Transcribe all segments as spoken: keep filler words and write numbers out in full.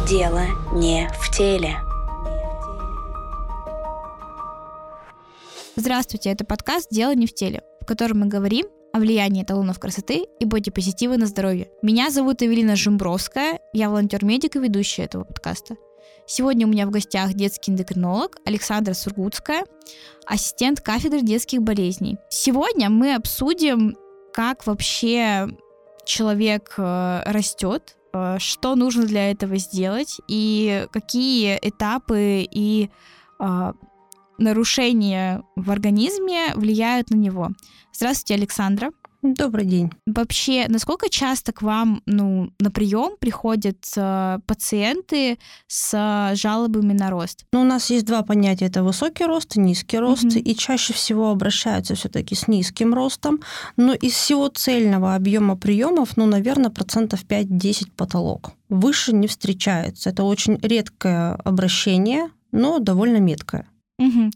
Дело не в теле. Здравствуйте, это подкаст «Дело не в теле», в котором мы говорим о влиянии эталонов красоты и бодипозитива на здоровье. Меня зовут Эвелина Жимбровская, я волонтер-медик и ведущая этого подкаста. Сегодня у меня в гостях детский эндокринолог Александра Сургутская, ассистент кафедры детских болезней. Сегодня мы обсудим, как вообще человек растет, что нужно для этого сделать и какие этапы и э, нарушения в организме влияют на него. Здравствуйте, Александра. Добрый день. Вообще, насколько часто к вам ну, на прием приходят э, пациенты с жалобами на рост? Ну, у нас есть два понятия. Это высокий рост и низкий рост. Мгм. И чаще всего обращаются все-таки с низким ростом. Но из всего цельного объема приемов, ну, наверное, процентов пять-десять потолок. Выше не встречается. Это очень редкое обращение, но довольно меткое. Угу.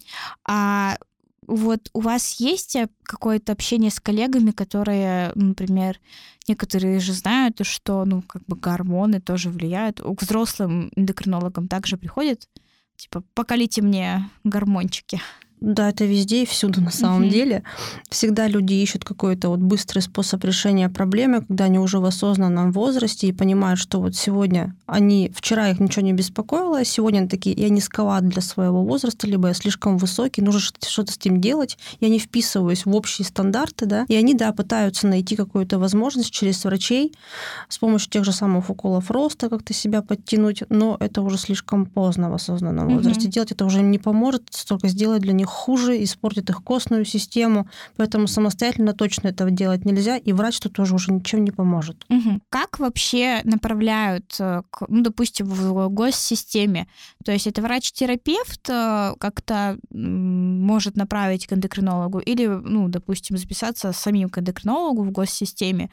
А вот у вас есть какое-то общение с коллегами, которые, например, некоторые же знают, что, ну, как бы гормоны тоже влияют. К взрослым эндокринологам также приходят, типа, поколите мне гормончики. Да, это везде и всюду на самом Мгм. деле. Всегда люди ищут какой-то вот быстрый способ решения проблемы, когда они уже в осознанном возрасте и понимают, что вот сегодня они, вчера их ничего не беспокоило, а сегодня они такие, я низковат для своего возраста, либо я слишком высокий, нужно что-то с этим делать, я не вписываюсь в общие стандарты, да, и они, да, пытаются найти какую-то возможность через врачей с помощью тех же самых уколов роста как-то себя подтянуть, но это уже слишком поздно в осознанном Мгм. возрасте. Делать это уже им не поможет, столько сделать для них хуже, испортит их костную систему, поэтому самостоятельно точно этого делать нельзя, и врач тут тоже уже ничем не поможет. Мгм. Как вообще направляют, э, к, ну, допустим, в госсистеме? То есть это врач-терапевт э, как-то м, может направить к эндокринологу или, ну, допустим, записаться самим к эндокринологу в госсистеме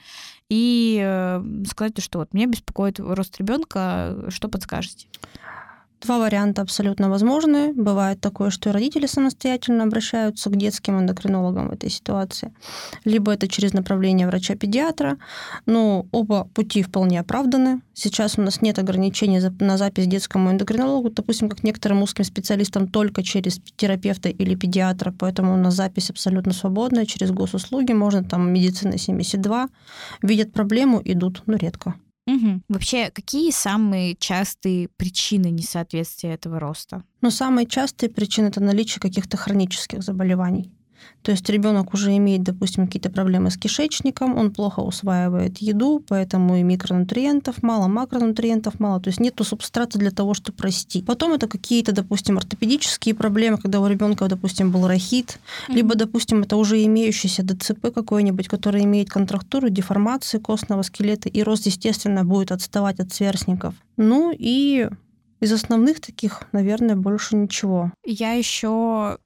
и э, сказать, что вот меня беспокоит рост ребенка, что подскажете? Два варианта абсолютно возможны. Бывает такое, что и родители самостоятельно обращаются к детским эндокринологам в этой ситуации. Либо это через направление врача-педиатра. Но оба пути вполне оправданы. Сейчас у нас нет ограничений за- на запись детскому эндокринологу, допустим, как некоторым узким специалистам только через терапевта или педиатра, поэтому у нас запись абсолютно свободная, через госуслуги, можно там медицина семьдесят два. Видят проблему, идут, но редко. Мгм. Вообще, какие самые частые причины несоответствия этого роста? Но самые частые причины – это наличие каких-то хронических заболеваний. То есть ребенок уже имеет, допустим, какие-то проблемы с кишечником, он плохо усваивает еду, поэтому и микронутриентов мало, макронутриентов мало, то есть нет субстрата для того, чтобы расти. Потом это какие-то, допустим, ортопедические проблемы, когда у ребенка, допустим, был рахит, либо, допустим, это уже имеющийся ДЦП какой-нибудь, который имеет контрактуру, деформации костного скелета, и рост, естественно, будет отставать от сверстников. Ну и из основных таких, наверное, больше ничего. Я еще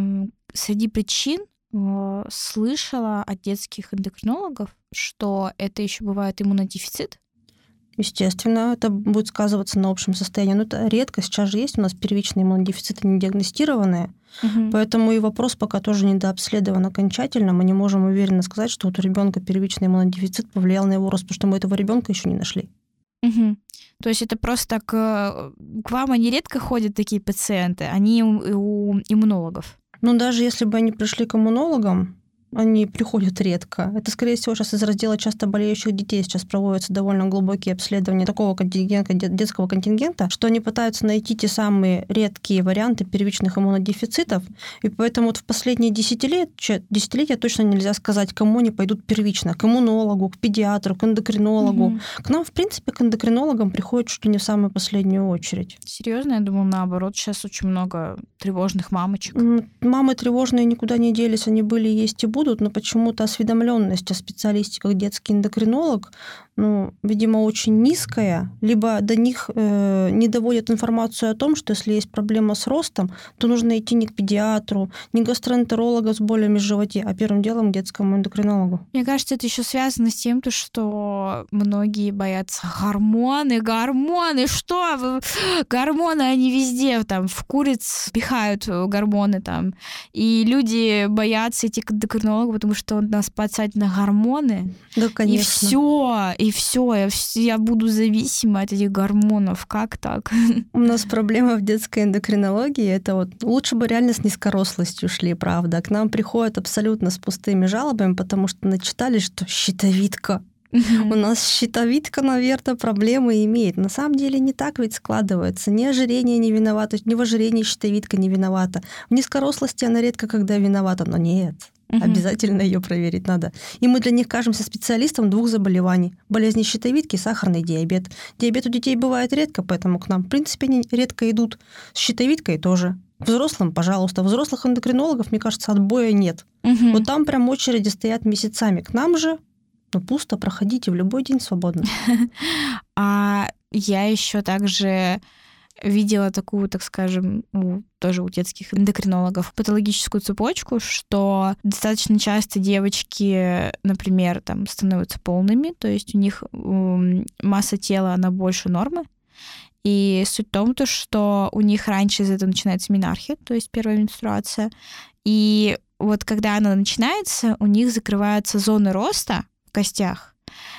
среди причин э, слышала от детских эндокринологов, что это еще бывает иммунодефицит. Естественно, это будет сказываться на общем состоянии. Но это редко. Сейчас же есть у нас первичные иммунодефициты недиагностированные. Мгм. Поэтому и вопрос пока тоже недообследован окончательно. Мы не можем уверенно сказать, что вот у ребенка первичный иммунодефицит повлиял на его рост, потому что мы этого ребенка еще не нашли. Мгм. То есть это просто к, к вам они редко ходят такие пациенты, они у, у иммунологов. Но даже если бы они пришли к иммунологам, они приходят редко. Это, скорее всего, сейчас из раздела часто болеющих детей сейчас проводятся довольно глубокие обследования такого контингента, детского контингента, что они пытаются найти те самые редкие варианты первичных иммунодефицитов. И поэтому вот в последние десятилетия, десятилетия точно нельзя сказать, кому они пойдут первично. К иммунологу, к педиатру, к эндокринологу. Мгм. К нам, в принципе, к эндокринологам приходят чуть ли не в самую последнюю очередь. Серьезно, я думала, наоборот, сейчас очень много тревожных мамочек. М, Мамы тревожные никуда не делись, они были, есть и будут, но почему-то осведомленность о специалисте как детский эндокринолог, ну, видимо, очень низкая, либо до них э, не доводят информацию о том, что если есть проблема с ростом, то нужно идти не к педиатру, не к гастроэнтерологу с болями в животе, а первым делом к детскому эндокринологу. Мне кажется, это еще связано с тем, то, что многие боятся гормоны, гормоны, что вы? Гормоны, они везде, там, в куриц пихают гормоны, там, и люди боятся идти к эндокринологу, потому что он нас подсадит на гормоны, Да, и конечно. все, и и все, я, я буду зависима от этих гормонов. Как так? У нас проблема в детской эндокринологии. Это вот лучше бы реально с низкорослостью шли, правда. К нам приходят абсолютно с пустыми жалобами, потому что начитали, что щитовидка. Mm-hmm. У нас щитовидка, наверное, проблемы имеет. На самом деле не так ведь складывается. Ни ожирение не виновато, ни в ожирении щитовидка не виновата. В низкорослости она редко когда виновата, но нет. Mm-hmm. Обязательно ее проверить надо. И мы для них кажемся специалистом двух заболеваний. Болезни щитовидки и сахарный диабет. Диабет у детей бывает редко, поэтому к нам, в принципе, они редко идут. С щитовидкой тоже. Взрослым, пожалуйста. Взрослых эндокринологов, мне кажется, отбоя нет. Mm-hmm. Вот там прям очереди стоят месяцами. К нам же ну, пусто, проходите в любой день свободно. А я еще также видела такую, так скажем, у, тоже у детских эндокринологов патологическую цепочку, что достаточно часто девочки, например, там становятся полными, то есть у них масса тела, она больше нормы. И суть в том, что у них раньше из этого начинается менархия, то есть первая менструация. И вот когда она начинается, у них закрываются зоны роста в костях,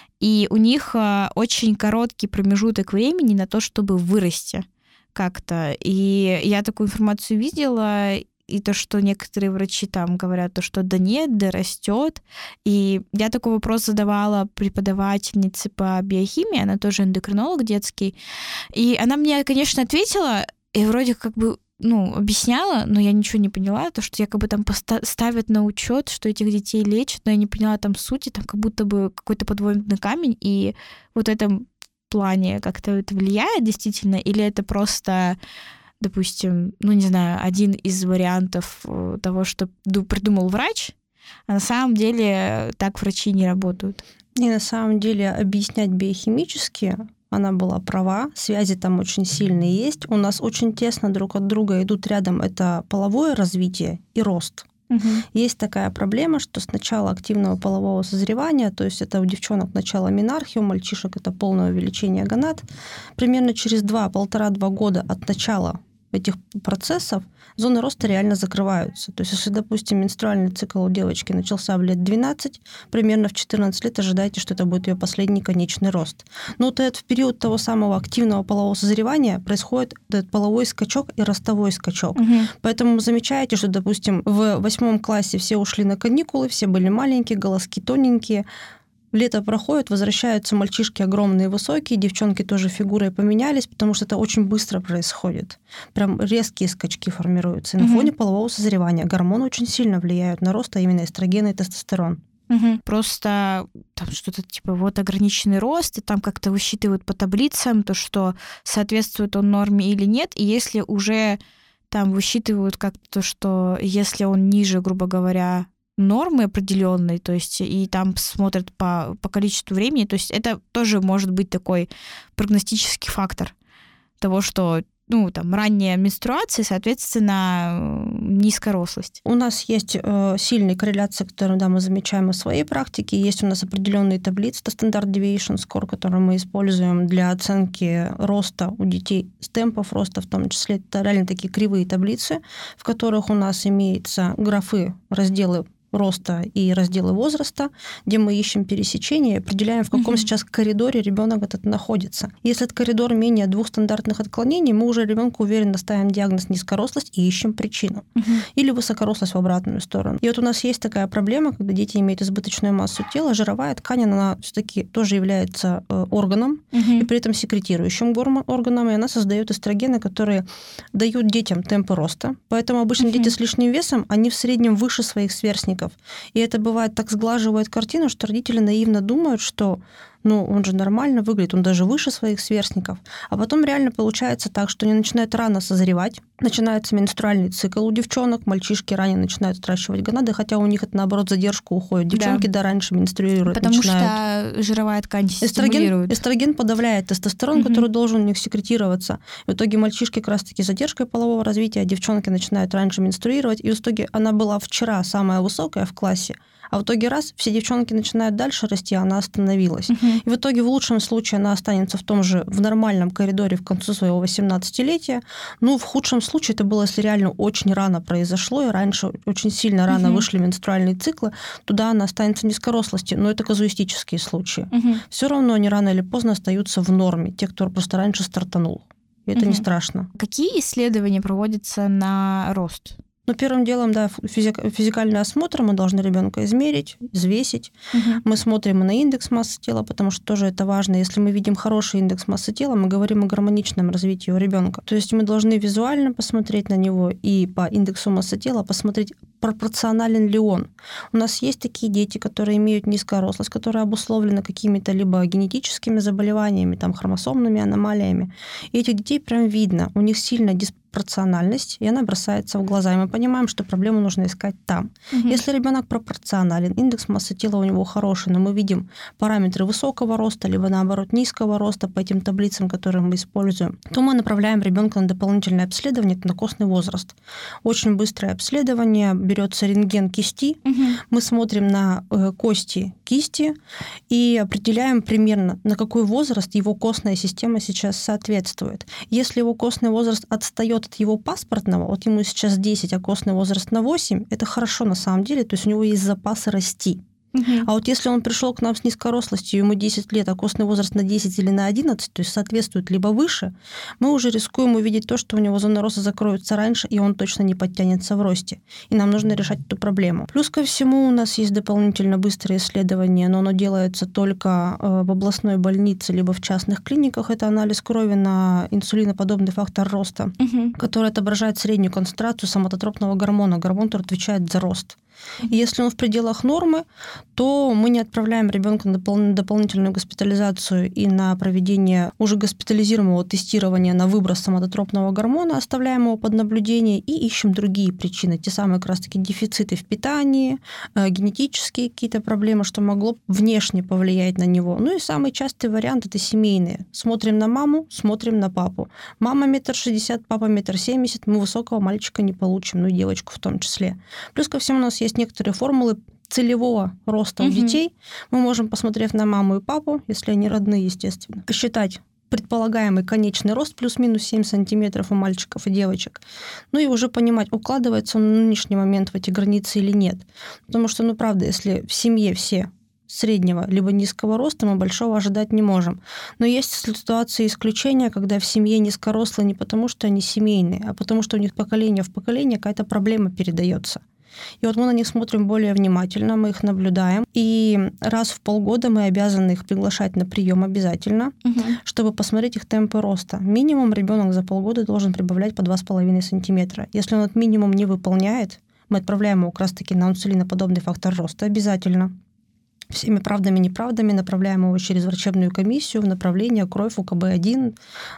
и у них очень короткий промежуток времени на то, чтобы вырасти как-то. И я такую информацию видела, и то, что некоторые врачи там говорят, то, что да нет, да растет. И я такой вопрос задавала преподавательнице по биохимии, она тоже эндокринолог детский, и она мне, конечно, ответила, и вроде как бы ну, объясняла, но я ничего не поняла, то, что якобы там поста- ставят на учет, что этих детей лечат, но я не поняла там сути, там как будто бы какой-то подводный камень, и вот в этом плане как-то это влияет действительно, или это просто, допустим, ну, не знаю, один из вариантов того, что придумал врач, а на самом деле так врачи не работают. И на самом деле объяснять биохимически она была права, связи там очень сильные есть. У нас очень тесно друг от друга идут рядом это половое развитие и рост. Угу. Есть такая проблема, что с начала активного полового созревания, то есть это у девчонок начало менархии, у мальчишек это полное увеличение гонад, примерно через два-полтора-два года от начала этих процессов зоны роста реально закрываются. То есть, если, допустим, менструальный цикл у девочки начался в лет двенадцать, примерно в четырнадцать лет ожидайте, что это будет ее последний конечный рост. Но вот этот в период того самого активного полового созревания происходит этот половой скачок и ростовой скачок. Угу. Поэтому вы замечаете, что, допустим, в восьмом классе все ушли на каникулы, все были маленькие, голоски тоненькие. Лето проходит, возвращаются мальчишки огромные, высокие, девчонки тоже фигурой поменялись, потому что это очень быстро происходит. Прям резкие скачки формируются. И на угу. фоне полового созревания гормоны очень сильно влияют на рост, а именно эстроген и тестостерон. Угу. Просто там что-то типа вот ограниченный рост, и там как-то высчитывают по таблицам то, что соответствует он норме или нет, и если уже там высчитывают как-то, что если он ниже, грубо говоря, нормы определенной, то есть и там смотрят по, по количеству времени, то есть это тоже может быть такой прогностический фактор того, что ну, там, ранняя менструация, соответственно, низкорослость. У нас есть э, сильная корреляция, которую да, мы замечаем в своей практике. Есть у нас определенные таблицы, это Standard Deviation Score, который мы используем для оценки роста у детей, с темпов роста в том числе. Это реально такие кривые таблицы, в которых у нас имеются графы, разделы роста и разделы возраста, где мы ищем пересечения и определяем, в каком uh-huh. сейчас коридоре ребенок этот находится. Если этот коридор менее двух стандартных отклонений, мы уже ребенку уверенно ставим диагноз низкорослость и ищем причину. Uh-huh. Или высокорослость в обратную сторону. И вот у нас есть такая проблема, когда дети имеют избыточную массу тела, жировая ткань, она все-таки тоже является э, органом, uh-huh. и при этом секретирующим гормон органом, и она создает эстрогены, которые дают детям темпы роста. Поэтому обычно uh-huh. дети с лишним весом, они в среднем выше своих сверстников. И это бывает так сглаживает картину, что родители наивно думают, что ну, он же нормально выглядит, он даже выше своих сверстников. А потом реально получается так, что они начинают рано созревать, начинается менструальный цикл у девчонок, мальчишки ранее начинают отращивать гонады, хотя у них это, наоборот, задержка уходит. Девчонки, да, да раньше менструируют. Потому начинают. Что жировая ткань стимулирует. Эстроген, эстроген подавляет тестостерон, угу. который должен у них секретироваться. В итоге мальчишки как раз-таки с задержкой полового развития, а девчонки начинают раньше менструировать. И в итоге она была вчера самая высокая в классе, А в итоге раз, все девчонки начинают дальше расти, а она остановилась. Uh-huh. И в итоге в лучшем случае она останется в том же, в нормальном коридоре в конце своего восемнадцатилетия. Ну, в худшем случае это было, если реально очень рано произошло, и раньше очень сильно рано uh-huh. вышли менструальные циклы, туда она останется в низкорослости. Но это казуистические случаи. Uh-huh. Все равно они рано или поздно остаются в норме, те, кто просто раньше стартанул. И это uh-huh. не страшно. Какие исследования проводятся на рост? Ну, первым делом, да, физик, физикальный осмотр, мы должны ребенка измерить, взвесить. Угу. Мы смотрим на индекс массы тела, потому что тоже это важно. Если мы видим хороший индекс массы тела, мы говорим о гармоничном развитии у ребенка. То есть мы должны визуально посмотреть на него и по индексу массы тела посмотреть, пропорционален ли он. У нас есть такие дети, которые имеют низкорослость, которые обусловлены какими-то либо генетическими заболеваниями, там, хромосомными аномалиями. И этих детей прям видно, у них сильная диспропорциональность, и она бросается в глаза. И мы понимаем, что проблему нужно искать там. Угу. Если ребенок пропорционален, индекс массы тела у него хороший, но мы видим параметры высокого роста, либо наоборот низкого роста по этим таблицам, которые мы используем, то мы направляем ребенка на дополнительное обследование на костный возраст. Очень быстрое обследование. Берется рентген кисти, угу. мы смотрим на э, кости кисти и определяем примерно, на какой возраст его костная система сейчас соответствует. Если его костный возраст отстает от его паспортного, вот ему сейчас десять, а костный возраст на восемь, это хорошо на самом деле, то есть у него есть запасы расти. Uh-huh. А вот если он пришел к нам с низкорослостью, ему десять лет, а костный возраст на десять или на одиннадцать, то есть соответствует либо выше, мы уже рискуем увидеть то, что у него зона роста закроется раньше, и он точно не подтянется в росте. И нам нужно решать эту проблему. Плюс ко всему у нас есть дополнительно быстрое исследование, но оно делается только в областной больнице, либо в частных клиниках. Это анализ крови на инсулиноподобный фактор роста, uh-huh. который отображает среднюю концентрацию соматотропного гормона, гормон, который отвечает за рост. И если он в пределах нормы, то мы не отправляем ребенка на допол- дополнительную госпитализацию и на проведение уже госпитализируемого тестирования на выброс соматотропного гормона, оставляем его под наблюдение и ищем другие причины, те самые как раз-таки дефициты в питании, э, генетические какие-то проблемы, что могло внешне повлиять на него. Ну и самый частый вариант – это семейные. Смотрим на маму, смотрим на папу. Мама метр шестьдесят, папа метр семьдесят, мы высокого мальчика не получим, ну и девочку в том числе. Плюс ко всему у нас есть некоторые формулы целевого роста угу. у детей. Мы можем, посмотрев на маму и папу, если они родные, естественно, посчитать предполагаемый конечный рост плюс-минус семь сантиметров у мальчиков и девочек. Ну и уже понимать, укладывается он на нынешний момент в эти границы или нет. Потому что, ну правда, если в семье все среднего либо низкого роста, мы большого ожидать не можем. Но есть ситуации исключения, когда в семье низкорослые не потому, что они семейные, а потому, что у них поколение в поколение какая-то проблема передается. И вот мы на них смотрим более внимательно, мы их наблюдаем. И раз в полгода мы обязаны их приглашать на прием обязательно, угу. чтобы посмотреть их темпы роста. Минимум ребенок за полгода должен прибавлять по два с половиной сантиметра. Если он этот минимум не выполняет, мы отправляем его как раз-таки на инсулиноподобный фактор роста обязательно. Всеми правдами и неправдами направляем его через врачебную комиссию в направление кровь у ка бэ один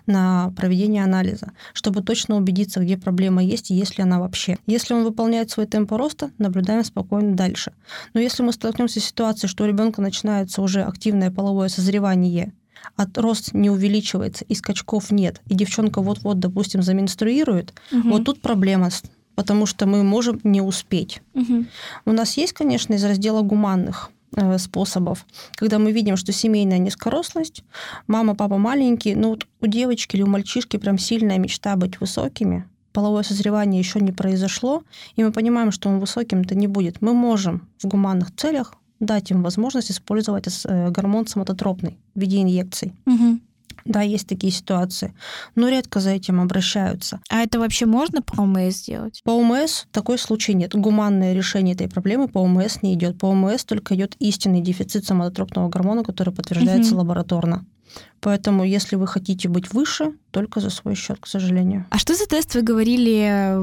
на проведение анализа, чтобы точно убедиться, где проблема есть и есть ли она вообще. Если он выполняет свой темп роста, наблюдаем спокойно дальше. Но если мы столкнемся с ситуацией, что у ребенка начинается уже активное половое созревание, а рост не увеличивается и скачков нет, и девчонка вот-вот, допустим, заменструирует, угу. вот тут проблема, потому что мы можем не успеть. Угу. У нас есть, конечно, из раздела гуманных способов, когда мы видим, что семейная низкорослость, мама, папа маленькие, но вот у девочки или у мальчишки прям сильная мечта быть высокими, половое созревание еще не произошло, и мы понимаем, что он высоким-то не будет. Мы можем в гуманных целях дать им возможность использовать гормон соматотропный в виде инъекций. Угу. Да, есть такие ситуации, но редко за этим обращаются. А это вообще можно по о эм эс сделать? По о эм эс такой случай нет. Гуманное решение этой проблемы по о эм эс не идет. По о эм эс только идет истинный дефицит соматотропного гормона, который подтверждается угу. лабораторно. Поэтому, если вы хотите быть выше, только за свой счет, к сожалению. А что за тест вы говорили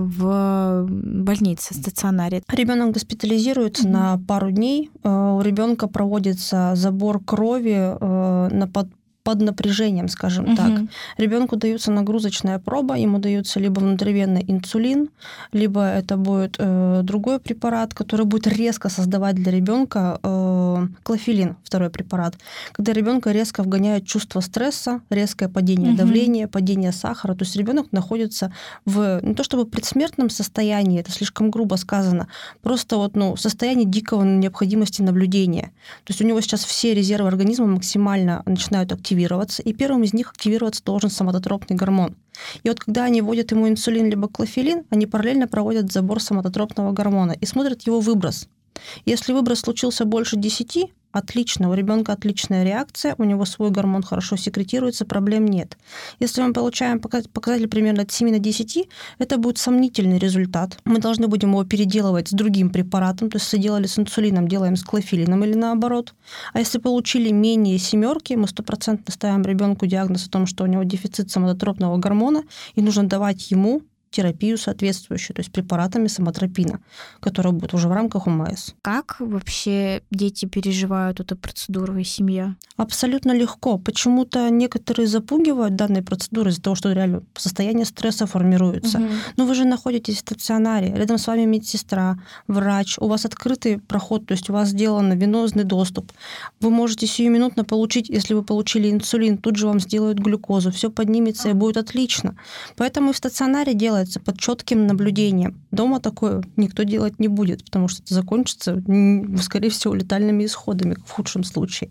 в больнице, в стационаре? Ребенок госпитализируется mm-hmm. на пару дней. У ребенка проводится забор крови на под под напряжением, скажем угу. так. Ребенку дается нагрузочная проба, ему дается либо внутривенный инсулин, либо это будет э, другой препарат, который будет резко создавать для ребенка э, клофелин, второй препарат, когда ребенка резко вгоняют чувство стресса, резкое падение угу. давления, падение сахара. То есть ребенок находится в не то чтобы предсмертном состоянии, это слишком грубо сказано, просто вот, ну, состоянии дикого необходимости наблюдения. То есть у него сейчас все резервы организма максимально начинают активироваться, и первым из них активироваться должен соматотропный гормон. И вот когда они вводят ему инсулин либо клофелин, они параллельно проводят забор соматотропного гормона и смотрят его выброс. Если выброс случился больше десяти, отлично, у ребенка отличная реакция, у него свой гормон хорошо секретируется, проблем нет. Если мы получаем показатель примерно от семи до десяти, это будет сомнительный результат. Мы должны будем его переделывать с другим препаратом, то есть если делали с инсулином, делаем с клофелином или наоборот. А если получили менее семерки, мы стопроцентно ставим ребенку диагноз о том, что у него дефицит соматотропного гормона, и нужно давать ему терапию соответствующую, то есть препаратами соматропина, которая будет уже в рамках ОМС. Как вообще дети переживают эту процедуру и семья? Абсолютно легко. Почему-то некоторые запугивают данной процедурой из-за того, что реально состояние стресса формируется. Угу. Но вы же находитесь в стационаре, рядом с вами медсестра, врач, у вас открытый проход, то есть у вас сделан венозный доступ. Вы можете сиюминутно получить, если вы получили инсулин, тут же вам сделают глюкозу, все поднимется и будет отлично. Поэтому и в стационаре делается под четким наблюдением. Дома такое никто делать не будет, потому что это закончится, скорее всего, летальными исходами в худшем случае.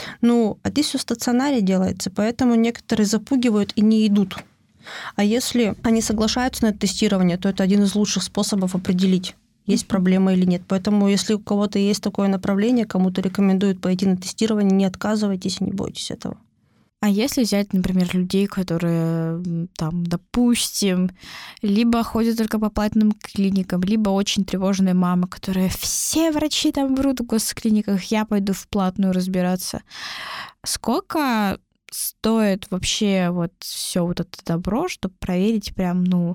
Ну, а здесь все в стационаре делается, поэтому некоторые запугивают и не идут. А если они соглашаются на это тестирование, то это один из лучших способов определить, есть проблема или нет. Поэтому, если у кого-то есть такое направление, кому-то рекомендуют пойти на тестирование, не отказывайтесь и не бойтесь этого. А если взять, например, людей, которые, там, допустим, либо ходят только по платным клиникам, либо очень тревожные мамы, которые все врачи там врут в госклиниках, я пойду в платную разбираться. Сколько стоит вообще вот все вот это добро, чтобы проверить прям, ну,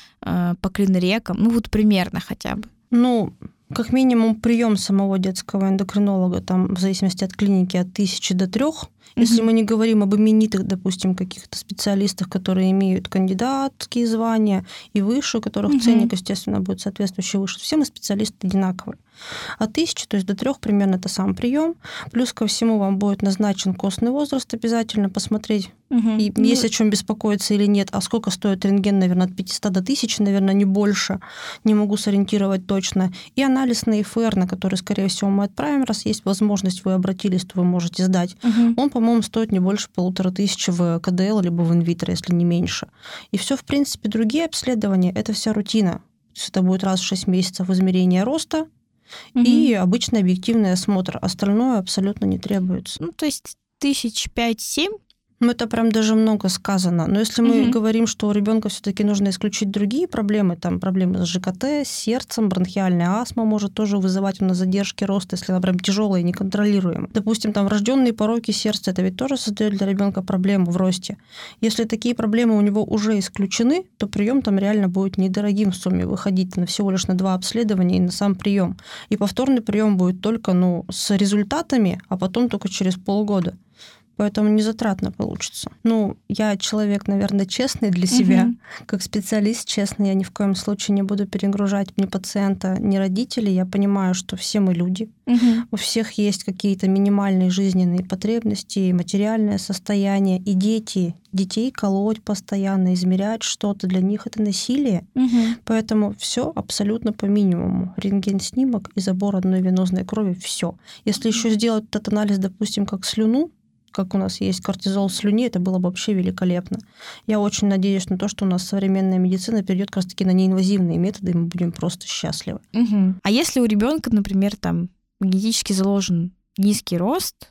по клинрекам, ну вот примерно хотя бы? Ну, как минимум прием самого детского эндокринолога, там в зависимости от клиники, от тысячи до трех. Если mm-hmm. мы не говорим об именитых, допустим, каких-то специалистах, которые имеют кандидатские звания и выше, у которых mm-hmm. ценник, естественно, будет соответствующий выше. Все мы специалисты одинаковые. От тысячи, то есть до трех примерно это сам прием. Плюс ко всему вам будет назначен костный возраст обязательно, посмотреть, mm-hmm. и mm-hmm. есть о чем беспокоиться или нет. А сколько стоит рентген, наверное, от пятисот до тысячи, наверное, не больше. Не могу сориентировать точно. И анализ на ИФР, на который, скорее всего, мы отправим, раз есть возможность, вы обратились, то вы можете сдать. Mm-hmm. Он, по-моему, стоит не больше полутора тысяч в КДЛ, либо в инвитро, если не меньше. И все, в принципе, другие обследования, это вся рутина. То есть это будет раз в шесть месяцев измерение роста, угу. и обычный объективный осмотр. Остальное абсолютно не требуется. Ну, то есть тысяч пять-семь? Ну, это прям даже много сказано. Но если мы угу. говорим, что у ребенка все-таки нужно исключить другие проблемы, там проблемы с ЖКТ, с сердцем, бронхиальная астма может тоже вызывать у нас задержки роста, если она прям тяжелая и неконтролируемая. Допустим, там врожденные пороки сердца, это ведь тоже создает для ребенка проблему в росте. Если такие проблемы у него уже исключены, то прием там реально будет недорогим в сумме выходить на всего лишь на два обследования и на сам прием. И повторный прием будет только, ну, с результатами, а потом только через полгода. Поэтому незатратно получится. Ну, я человек, наверное, честный для себя. Угу. Как специалист, честно, я ни в коем случае не буду перегружать ни пациента, ни родителей. Я понимаю, что все мы люди. Угу. У всех есть какие-то минимальные жизненные потребности, материальное состояние. И дети, детей колоть постоянно, измерять что-то, для них это насилие. Угу. Поэтому все абсолютно по минимуму. Рентген-снимок и забор одной венозной крови, все. Если еще сделать этот анализ, допустим, как слюну, как у нас есть кортизол в слюне, это было бы вообще великолепно. Я очень надеюсь на то, что у нас современная медицина перейдет как раз-таки на неинвазивные методы, и мы будем просто счастливы. Угу. А если у ребенка, например, там генетически заложен низкий рост,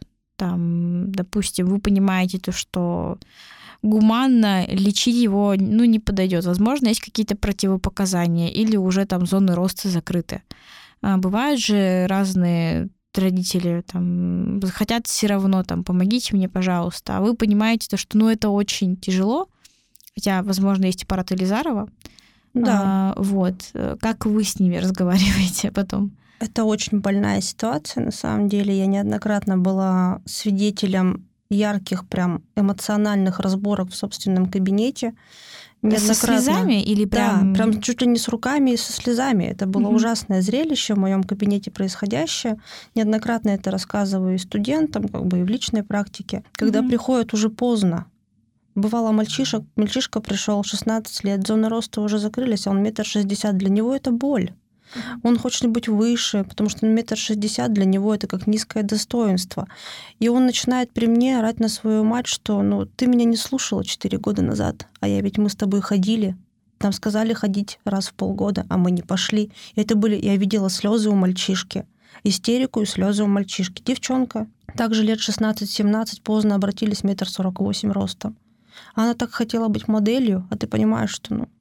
там, допустим, вы понимаете то, что гуманно лечить его, ну, не подойдет. Возможно, есть какие-то противопоказания или уже там зоны роста закрыты. А бывают же разные родители там хотят все равно, там, помогите мне, пожалуйста. А вы понимаете, то, что ну, это очень тяжело, хотя, возможно, есть аппарат Илизарова. Да. А, вот. Как вы с ними разговариваете потом? Это очень больная ситуация, на самом деле. Я неоднократно была свидетелем ярких, прям эмоциональных разборок в собственном кабинете. Со слезами или прям... Да, прям чуть ли не с руками и со слезами. Это было Мгм. ужасное зрелище в моем кабинете происходящее. Неоднократно это рассказываю и студентам, как бы и в личной практике. Когда Мгм. приходят уже поздно. Бывало, мальчишек, мальчишка пришел шестнадцать лет, зоны роста уже закрылись, а он метр шестьдесят. Для него это боль. Он хочет быть выше, потому что метр шестьдесят для него это как низкое достоинство. И он начинает при мне орать на свою мать, что ну ты меня не слушала четыре года назад, а я ведь мы с тобой ходили. Нам сказали ходить раз в полгода, а мы не пошли. И это были, я видела слезы у мальчишки, истерику и слезы у мальчишки. Девчонка, также лет шестнадцать-семнадцать, поздно обратились, метр сорок восемь ростом. Она так хотела быть моделью, а ты понимаешь, что ну,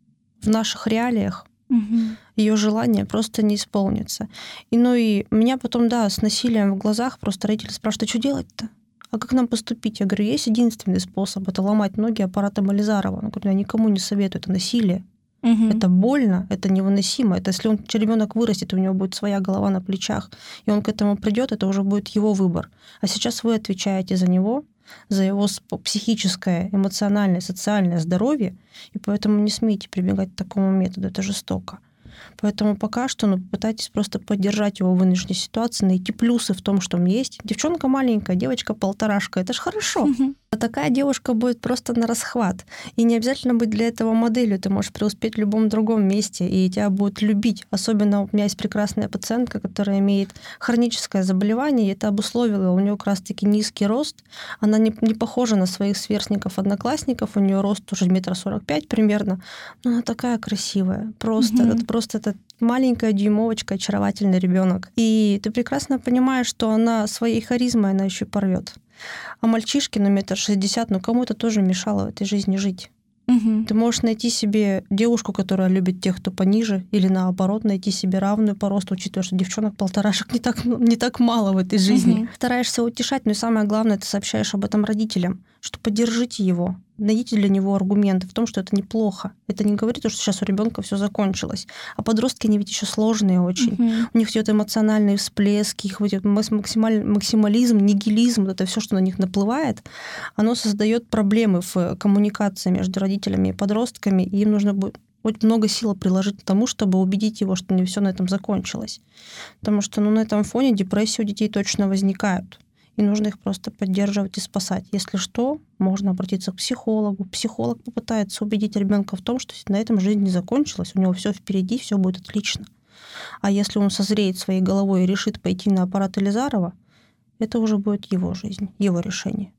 в наших реалиях Мгм. ее желание просто не исполнится. И, ну и меня потом, да, с насилием в глазах просто родители спрашивают, а что делать-то? А как нам поступить? Я говорю, есть единственный способ, это ломать ноги аппаратом Ализарова. Я говорю, я никому не советую, это насилие. Мгм. Это больно, это невыносимо. Это если он, ребенок вырастет, у него будет своя голова на плечах, и он к этому придет, это уже будет его выбор. А сейчас вы отвечаете за него, за его психическое, эмоциональное, социальное здоровье, и поэтому не смейте прибегать к такому методу, это жестоко. Поэтому пока что ну, попытайтесь просто поддержать его в нынешней ситуации, найти плюсы в том, что он есть. Девчонка маленькая, девочка полторашка, это ж хорошо. Мгм. А такая девушка будет просто на расхват. И не обязательно быть для этого моделью. Ты можешь преуспеть в любом другом месте, и тебя будут любить. Особенно у меня есть прекрасная пациентка, которая имеет хроническое заболевание, и это обусловило. У нее как раз-таки низкий рост. Она не, не похожа на своих сверстников-одноклассников. У нее рост уже метр сорок пять примерно. Но она такая красивая. Просто, Мгм. это просто это маленькая дюймовочка, очаровательный ребенок. И ты прекрасно понимаешь, что она своей харизмой она еще порвет. А мальчишки на метр шестьдесят, ну кому это тоже мешало в этой жизни жить. Мгм. Ты можешь найти себе девушку, которая любит тех, кто пониже, или наоборот, найти себе равную по росту, учитывая, что девчонок полторашек не так, не так мало в этой жизни. Мгм. Стараешься утешать, но и самое главное, ты сообщаешь об этом родителям, что поддержите его, найдите для него аргументы в том, что это неплохо. Это не говорит, что сейчас у ребенка все закончилось. А подростки, они ведь еще сложные очень. Мгм. У них идет эмоциональные всплески, их вот этот максималь, максимализм, нигилизм, вот это все, что на них наплывает, оно создает проблемы в коммуникации между родителями и подростками, и им нужно будет очень много сил приложить к тому, чтобы убедить его, что не все на этом закончилось. Потому что ну, на этом фоне депрессии у детей точно возникают. И нужно их просто поддерживать и спасать. Если что, можно обратиться к психологу. Психолог попытается убедить ребенка в том, что на этом жизнь не закончилась, у него все впереди, все будет отлично. А если он созреет своей головой и решит пойти на аппарат Ализарова, это уже будет его жизнь, его решение.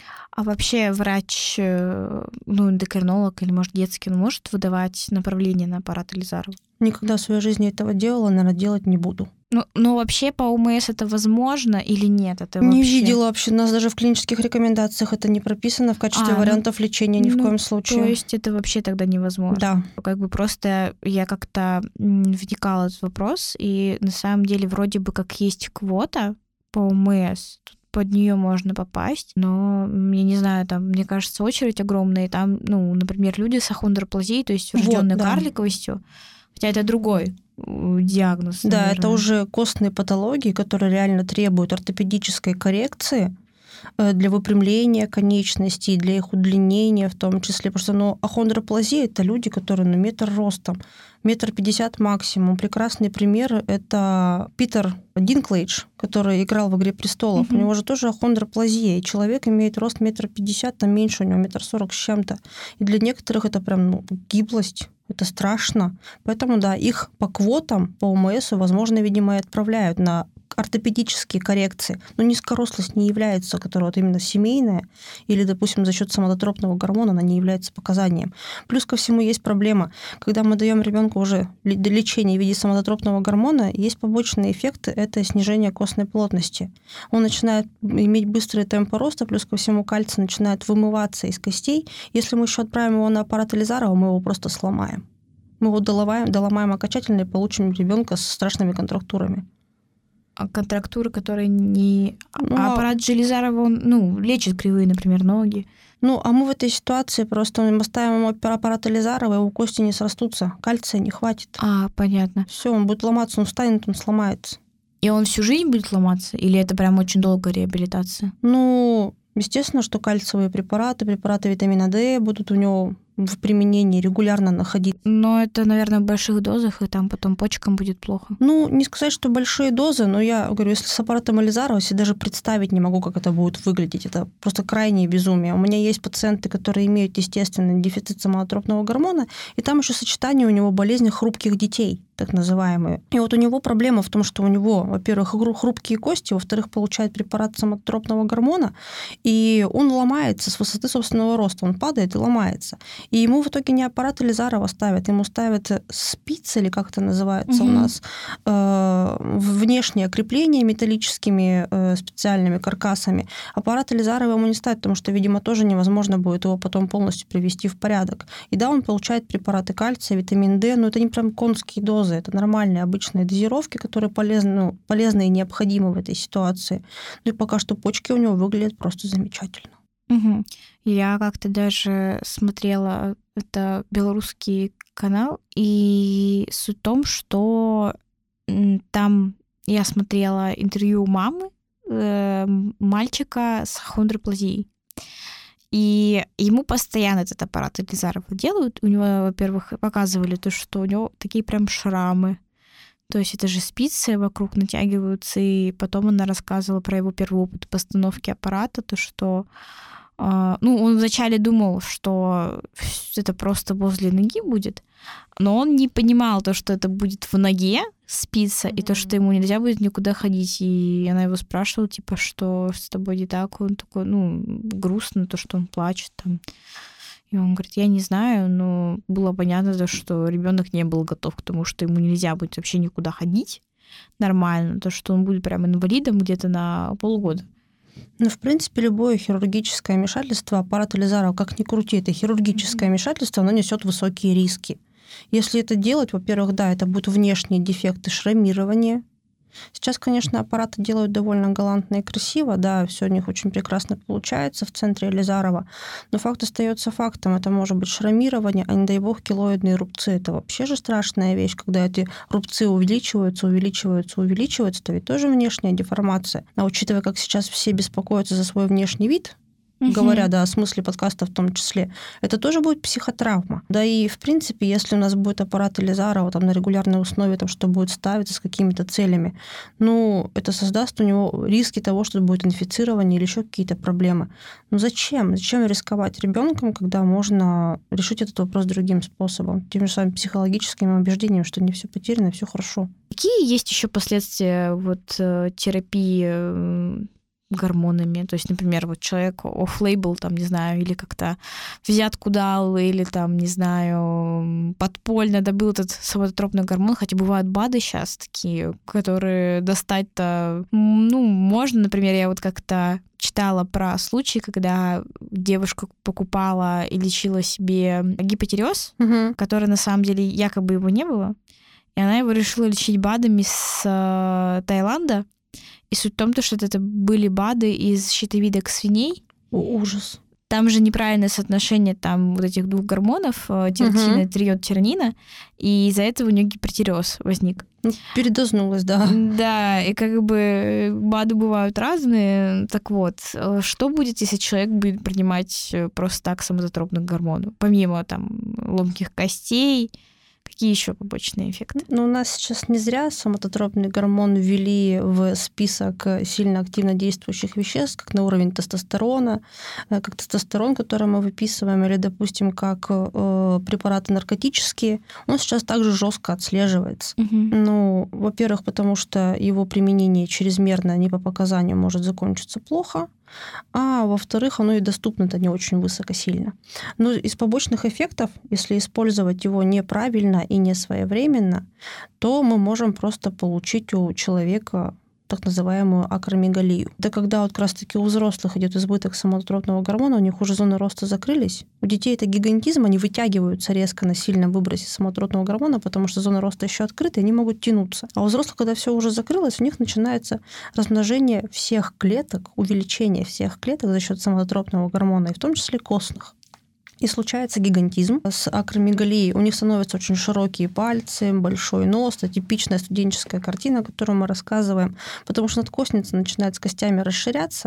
А вообще врач, э, ну, эндокринолог или, может, детский, он может выдавать направление на аппарат Ализарова? Никогда в своей жизни этого делала, наверное, делать не буду. Ну, но вообще по ОМС это возможно или нет? Это Не вообще... видела вообще. У нас даже в клинических рекомендациях это не прописано в качестве А, ну, вариантов лечения ни в ну, коем случае. То есть это вообще тогда невозможно? Да. Как бы просто я как-то м, вникала в этот вопрос, и на самом деле вроде бы как есть квота по ОМС, тут под нее можно попасть, но я не знаю, там, мне кажется, очередь огромная, и там, ну, например, люди с ахондроплазией, то есть врожденной Вот, да. карликовостью, хотя это другой э, диагноз. Да, наверное. это уже костные патологии, которые реально требуют ортопедической коррекции э, для выпрямления конечностей, для их удлинения в том числе. Потому что ну, ахондроплазия — это люди, которые на метр ростом, метр пятьдесят максимум. Прекрасный пример — это Питер Динклэйдж, который играл в «Игре престолов». Мгм. У него же тоже ахондроплазия, и человек имеет рост метр пятьдесят, там меньше, у него метр сорок с чем-то. И для некоторых это прям ну, гиблость. Это страшно. Поэтому, да, их по квотам, по ОМС, возможно, видимо, и отправляют на ортопедические коррекции. Но низкорослость не является, которая вот именно семейная, или, допустим, за счет соматотропного гормона она не является показанием. Плюс ко всему есть проблема. Когда мы даем ребенку уже лечение в виде соматотропного гормона, есть побочные эффекты, это снижение костной плотности. Он начинает иметь быстрый темп роста, плюс ко всему кальций начинает вымываться из костей. Если мы еще отправим его на аппарат Ализарова, мы его просто сломаем. Мы его доломаем, доломаем окончательно и получим ребенка с страшными контрактурами. А контрактуры, которые не... Ну, а аппарат Ализарова, он, ну, лечит кривые, например, ноги. Ну, а мы в этой ситуации просто мы ставим ему аппарат Ализарова, его кости не срастутся, кальция не хватит. А, понятно. Все, он будет ломаться, он встанет, он сломается. И он всю жизнь будет ломаться? Или это прям очень долгая реабилитация? Ну, естественно, что кальциевые препараты, препараты витамина D будут у него в применении регулярно находить. Но это, наверное, в больших дозах, и там потом почкам будет плохо. Ну, не сказать, что большие дозы, но я говорю, если с аппаратом Ализарова, я даже представить не могу, как это будет выглядеть. Это просто крайнее безумие. У меня есть пациенты, которые имеют естественный дефицит самотропного гормона, и там еще сочетание у него болезни хрупких детей, так называемые. И вот у него проблема в том, что у него, во-первых, хрупкие кости, во-вторых, получает препарат самотропного гормона, и он ломается с высоты собственного роста. Он падает и ломается. И ему в итоге не аппарат Ализарова ставят, ему ставят спицы, или как это называется угу. у нас, э, внешние крепления металлическими э, специальными каркасами. Аппарат Ализарова ему не ставят, потому что, видимо, тоже невозможно будет его потом полностью привести в порядок. И да, он получает препараты кальция, витамин D, но это не прям конские дозы, это нормальные обычные дозировки, которые полезны, ну, полезны и необходимы в этой ситуации. Ну и пока что почки у него выглядят просто замечательно. Угу. Я как-то даже смотрела, это белорусский канал, и суть в том, что там я смотрела интервью мамы э, мальчика с хондрроплазией. И ему постоянно этот аппарат Ализарова делают. У него, во-первых, показывали то, что у него такие прям шрамы. То есть это же спицы вокруг натягиваются. И потом она рассказывала про его первый опыт постановки аппарата, то, что ну, он вначале думал, что это просто возле ноги будет, но он не понимал то, что это будет в ноге спица, mm-hmm. и то, что ему нельзя будет никуда ходить. И она его спрашивала, типа, что с тобой не так? Он такой, ну, грустно, то, что он плачет там. И он говорит, я не знаю, но было понятно, то, что ребенок не был готов к тому, что ему нельзя будет вообще никуда ходить нормально, то, что он будет прям инвалидом где-то на полгода. Ну, в принципе, любое хирургическое вмешательство, аппарат Ализарова, как ни крути, это хирургическое вмешательство, оно несет высокие риски. Если это делать, во-первых, да, это будут внешние дефекты шрамирования. Сейчас, конечно, аппараты делают довольно галантно и красиво, да, все у них очень прекрасно получается в центре Ализарова, но факт остается фактом, это может быть шрамирование, а не дай бог килоидные рубцы. Это вообще же страшная вещь, когда эти рубцы увеличиваются, увеличиваются, увеличиваются, то ведь тоже внешняя деформация. А учитывая, как сейчас все беспокоятся за свой внешний вид, Uh-huh. говоря, да, о смысле подкаста в том числе, это тоже будет психотравма. Да и, в принципе, если у нас будет аппарат Ализарова там, на регулярной основе, там, что будет ставиться с какими-то целями, ну, это создаст у него риски того, что будет инфицирование или еще какие-то проблемы. Ну, зачем? Зачем рисковать ребенком, когда можно решить этот вопрос другим способом? Тем же самым психологическим убеждением, что не все потеряно, все хорошо. Какие есть еще последствия вот, терапии гормонами? То есть, например, вот человек off-label, там, не знаю, или как-то взятку дал, или там, не знаю, подпольно добыл этот самотропный гормон, хотя бывают БАДы сейчас такие, которые достать-то, ну, можно, например, я вот как-то читала про случай, когда девушка покупала и лечила себе гипотиреоз, угу. который на самом деле якобы его не было, и она его решила лечить БАДами с э, Таиланда. И суть в том, что это были БАДы из щитовидок свиней. О, ужас. Там же неправильное соотношение там вот этих двух гормонов, тироксина и триодтиронина, и из-за этого у нее гипертиреоз возник. Передознулась, да. Да, и как бы БАДы бывают разные. Так вот, что будет, если человек будет принимать просто так самозатропных гормонов, помимо там ломких костей? Какие еще побочные эффекты? Ну, у нас сейчас не зря самототропный гормон ввели в список сильно активно действующих веществ, как на уровень тестостерона, как тестостерон, который мы выписываем, или, допустим, как э, препараты наркотические. Он сейчас также жестко отслеживается. Угу. Ну, во-первых, потому что его применение чрезмерно не по показанию может закончиться плохо, а во-вторых, оно и доступно-то не очень высокосильно. Но из побочных эффектов, если использовать его неправильно и не своевременно, то мы можем просто получить у человека так называемую акромегалию. Это когда вот как раз-таки у взрослых идет избыток самотропного гормона, у них уже зоны роста закрылись. У детей это гигантизм, они вытягиваются резко на сильном выбросе самотропного гормона, потому что зона роста еще открыта, и они могут тянуться. А у взрослых, когда все уже закрылось, у них начинается размножение всех клеток, увеличение всех клеток за счет самотропного гормона, и в том числе костных. И случается гигантизм с акромегалией. У них становятся очень широкие пальцы, большой нос. Это типичная студенческая картина, которую мы рассказываем. Потому что надкостница начинает с костями расширяться,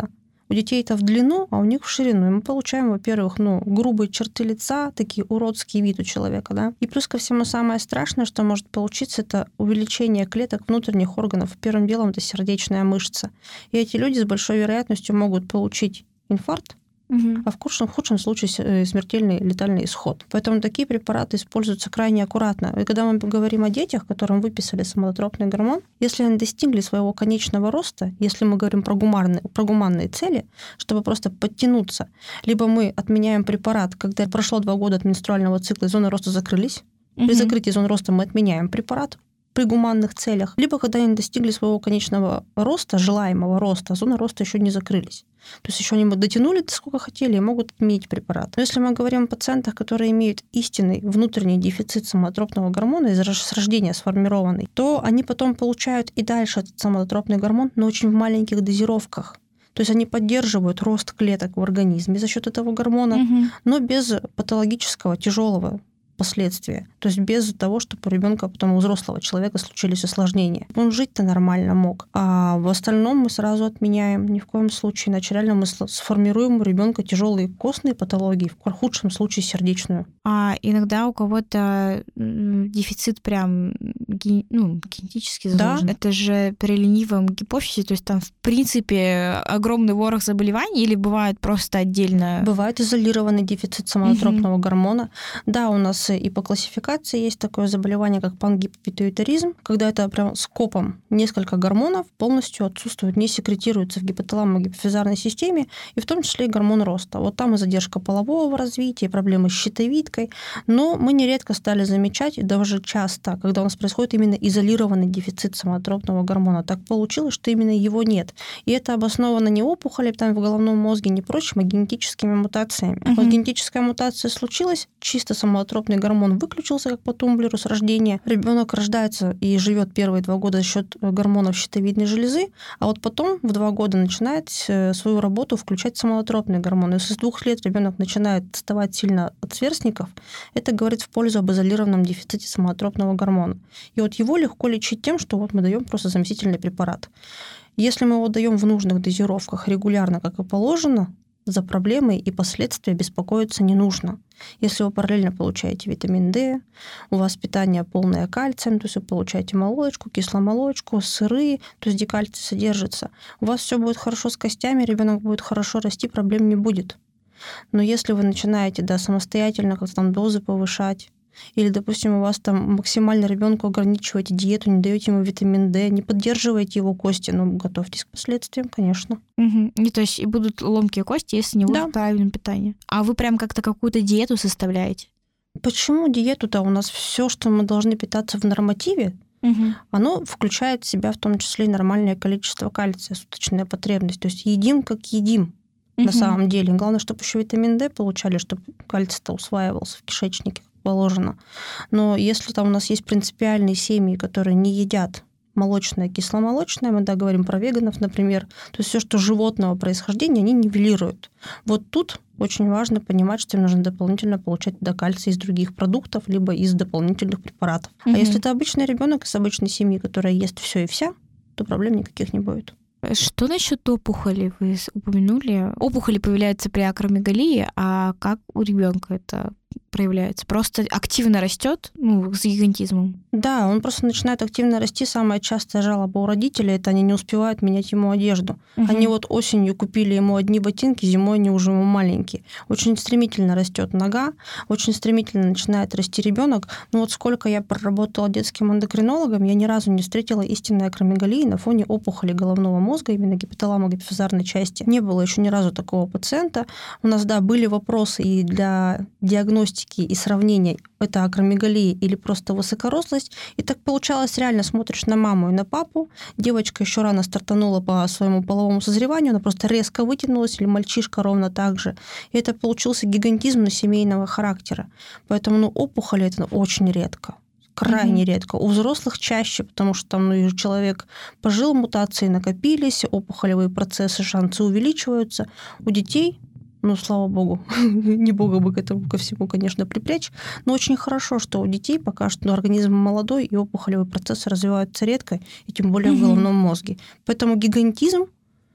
У детей это в длину, а у них в ширину. И мы получаем, во-первых, ну, грубые черты лица, такие уродский вид у человека, да. И плюс ко всему самое страшное, что может получиться, это увеличение клеток внутренних органов. Первым делом это сердечная мышца. И эти люди с большой вероятностью могут получить инфаркт, угу. а в худшем, в худшем случае смертельный летальный исход. Поэтому такие препараты используются крайне аккуратно. И когда мы говорим о детях, которым выписали соматотропный гормон, если они достигли своего конечного роста, если мы говорим про гуманные, про гуманные цели, чтобы просто подтянуться, либо мы отменяем препарат, когда прошло два года от менструального цикла, и зоны роста закрылись, угу. при закрытии зон роста мы отменяем препарат при гуманных целях, либо когда они достигли своего конечного роста, желаемого роста, зоны роста еще не закрылись. То есть еще они дотянули до сколько хотели и могут отменить препарат. Но если мы говорим о пациентах, которые имеют истинный внутренний дефицит соматотропного гормона, из с рождения сформированный, то они потом получают и дальше этот соматотропный гормон, но очень в маленьких дозировках. То есть они поддерживают рост клеток в организме за счет этого гормона, угу. но без патологического, тяжелого последствия. То есть без того, чтобы у ребенка, потом у взрослого человека случились осложнения. Он жить-то нормально мог. А в остальном мы сразу отменяем. Ни в коем случае. Иначе реально мы сформируем у ребенка тяжелые костные патологии, в худшем случае сердечную. А иногда у кого-то дефицит прям ну, генетически заложен. Да? Это же при ленивом гипофизе, то есть там в принципе огромный ворох заболеваний или бывает просто отдельно? Бывает изолированный дефицит соматотропного угу. гормона. Да, у нас и по классификации есть такое заболевание, как пангипопитуитаризм, когда это прям скопом несколько гормонов полностью отсутствуют, не секретируются в гипоталамо-гипофизарной системе, и в том числе и гормон роста. Вот там и задержка полового развития, и проблемы с щитовидкой. Но мы нередко стали замечать, и даже часто, когда у нас происходит именно изолированный дефицит соматотропного гормона. Так получилось, что именно его нет. И это обосновано не опухолью там в головном мозге, не прочим, а генетическими мутациями. Uh-huh. Вот генетическая мутация случилась, чисто соматотропный гормон выключился как по тумблеру с рождения. Ребенок рождается и живет первые два года за счет гормонов щитовидной железы, а вот потом в два года начинает свою работу включать соматотропный гормон. Если с двух лет ребенок начинает отставать сильно от сверстников, это говорит в пользу об изолированном дефиците соматотропного гормона. И вот его легко лечить тем, что вот мы даем просто заместительный препарат. Если мы его даем в нужных дозировках регулярно, как и положено, за проблемы и последствия беспокоиться не нужно. Если вы параллельно получаете витамин D, у вас питание полное кальцием, то есть вы получаете молочку, кисломолочку, сыры, то есть где кальций содержится, у вас все будет хорошо с костями, ребенок будет хорошо расти, проблем не будет. Но если вы начинаете да, самостоятельно как-то там дозы повышать, или, допустим, у вас там максимально ребенку ограничиваете диету, не даете ему витамин D, не поддерживаете его кости, ну, готовьтесь к последствиям, конечно. Угу. И то есть и будут ломкие кости, если не будет да. правильного питания. А вы прям как-то какую-то диету составляете? Почему диету-то? У нас все, что мы должны питаться в нормативе, угу. оно включает в себя в том числе и нормальное количество кальция, суточная потребность. То есть едим, как едим. Угу. На самом деле. Главное, чтобы еще витамин D получали, чтобы кальций-то усваивался в кишечнике, как положено. Но если там у нас есть принципиальные семьи, которые не едят молочное, кисломолочное, мы да, говорим про веганов, например, то есть все, что животного происхождения, они нивелируют. Вот тут очень важно понимать, что им нужно дополнительно получать да, кальций из других продуктов, либо из дополнительных препаратов. Угу. А если это обычный ребенок из обычной семьи, которая ест все и вся, то проблем никаких не будет. Что насчет опухоли? Вы упомянули. Опухоли появляются при акромегалии, а как у ребенка это проявляется? Просто активно растет, ну, с гигантизмом? Да, он просто начинает активно расти. Самая частая жалоба у родителей — это они не успевают менять ему одежду. Угу. Они вот осенью купили ему одни ботинки, зимой они уже ему маленькие. Очень стремительно растет нога, очень стремительно начинает расти ребенок. Но вот сколько я проработала детским эндокринологом, я ни разу не встретила истинной акромегалии на фоне опухоли головного мозга, именно гипоталамо-гипофизарной части. Не было еще ни разу такого пациента. У нас, да, были вопросы и для диагностики и сравнения, это акромегалия или просто высокорослость. И так получалось, реально смотришь на маму и на папу, девочка еще рано стартанула по своему половому созреванию, она просто резко вытянулась, или мальчишка ровно так же. И это получился гигантизм семейного характера. Поэтому ну, опухоли это очень редко. Крайне mm-hmm. редко. У взрослых чаще, потому что там ну, человек пожил, мутации накопились, опухолевые процессы, шансы увеличиваются. У детей, ну, слава богу, не бога бы к этому ко всему, конечно, припрячь, но очень хорошо, что у детей пока что ну, организм молодой, и опухолевые процессы развиваются редко, и тем более mm-hmm. в головном мозге. Поэтому гигантизм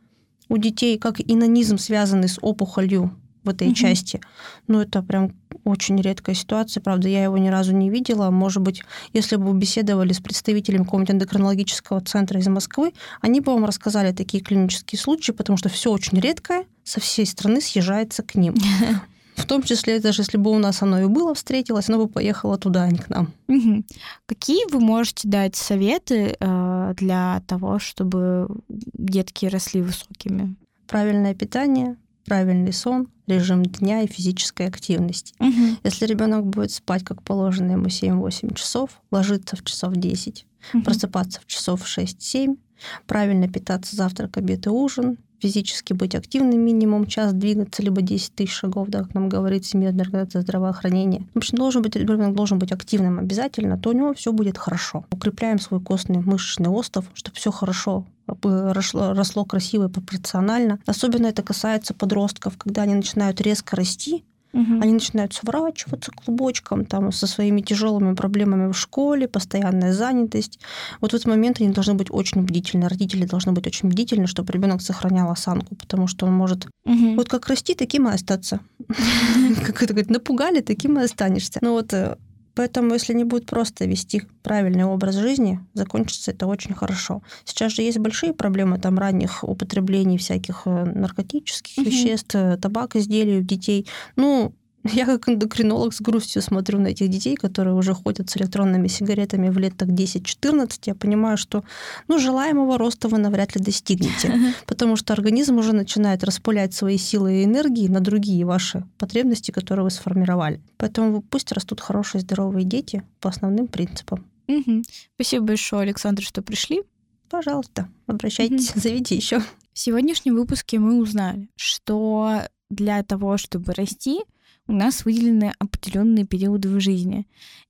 У детей как инонизм, связанный с опухолью в этой угу. части. Ну, это прям очень редкая ситуация. Правда, я его ни разу не видела. Может быть, если бы вы беседовали с представителем какого-нибудь эндокринологического центра из Москвы, они бы вам рассказали такие клинические случаи, потому что все очень редкое, со всей страны съезжается к ним. В том числе, даже если бы у нас оно и было встретилось, оно бы поехало туда, а не к нам. Угу. Какие вы можете дать советы э, для того, чтобы детки росли высокими? Правильное питание, правильный сон, режим дня и физическая активность. Угу. Если ребенок будет спать, как положено, ему семь-восемь часов, ложиться в часов десять, угу. просыпаться в часов шесть-семь, правильно питаться завтрак, обед и ужин, физически быть активным минимум час, двигаться, либо десять тысяч шагов, да, как нам говорит Всемирная организация здравоохранения. В общем, должен быть, ребенок должен быть активным обязательно, то у него все будет хорошо. Укрепляем свой костный мышечный остов, чтобы все хорошо росло, росло красиво и пропорционально. Особенно это касается подростков, когда они начинают резко расти, угу. они начинают сворачиваться клубочком там, со своими тяжелыми проблемами в школе, постоянная занятость. Вот в этот момент они должны быть очень бдительны. Родители должны быть очень бдительны, чтобы ребенок сохранял осанку, потому что он может угу. вот как расти, таким и остаться. Как это говорит, напугали, таким и останешься. Ну вот поэтому, если не будет просто вести правильный образ жизни, закончится это очень хорошо. Сейчас же есть большие проблемы там ранних употреблений всяких наркотических угу. веществ, табак, изделий у детей. Ну, я как эндокринолог с грустью смотрю на этих детей, которые уже ходят с электронными сигаретами в лет так десять-четырнадцать. Я понимаю, что ну, желаемого роста вы навряд ли достигнете, потому что организм уже начинает распылять свои силы и энергии на другие ваши потребности, которые вы сформировали. Поэтому пусть растут хорошие, здоровые дети по основным принципам. Угу. Спасибо большое, Александр, что пришли. Пожалуйста, обращайтесь, угу. зовите еще. В сегодняшнем выпуске мы узнали, что для того, чтобы расти, у нас выделены определенные периоды в жизни.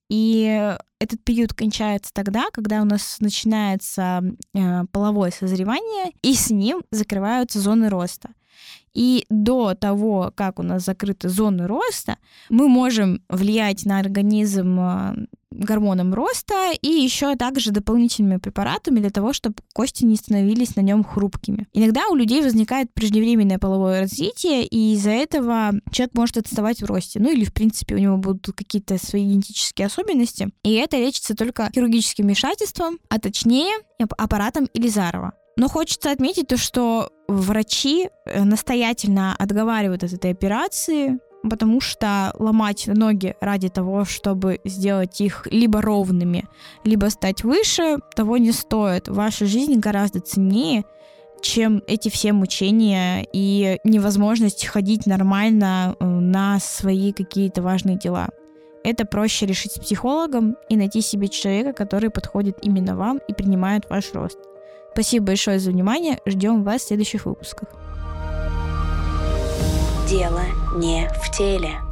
И этот период кончается тогда, когда у нас начинается э, половое созревание, и с ним закрываются зоны роста. И до того, как у нас закрыты зоны роста, мы можем влиять на организм гормоном роста и еще также дополнительными препаратами для того, чтобы кости не становились на нем хрупкими. Иногда у людей возникает преждевременное половое развитие, и из-за этого человек может отставать в росте. Ну или, в принципе, у него будут какие-то свои генетические особенности. И это лечится только хирургическим вмешательством, а точнее аппаратом Илизарова. Но хочется отметить то, что врачи настоятельно отговаривают от этой операции, потому что ломать ноги ради того, чтобы сделать их либо ровными, либо стать выше, того не стоит. Ваша жизнь гораздо ценнее, чем эти все мучения и невозможность ходить нормально на свои какие-то важные дела. Это проще решить с психологом и найти себе человека, который подходит именно вам и принимает ваш рост. Спасибо большое за внимание. Ждем вас в следующих выпусках. Дело не в теле.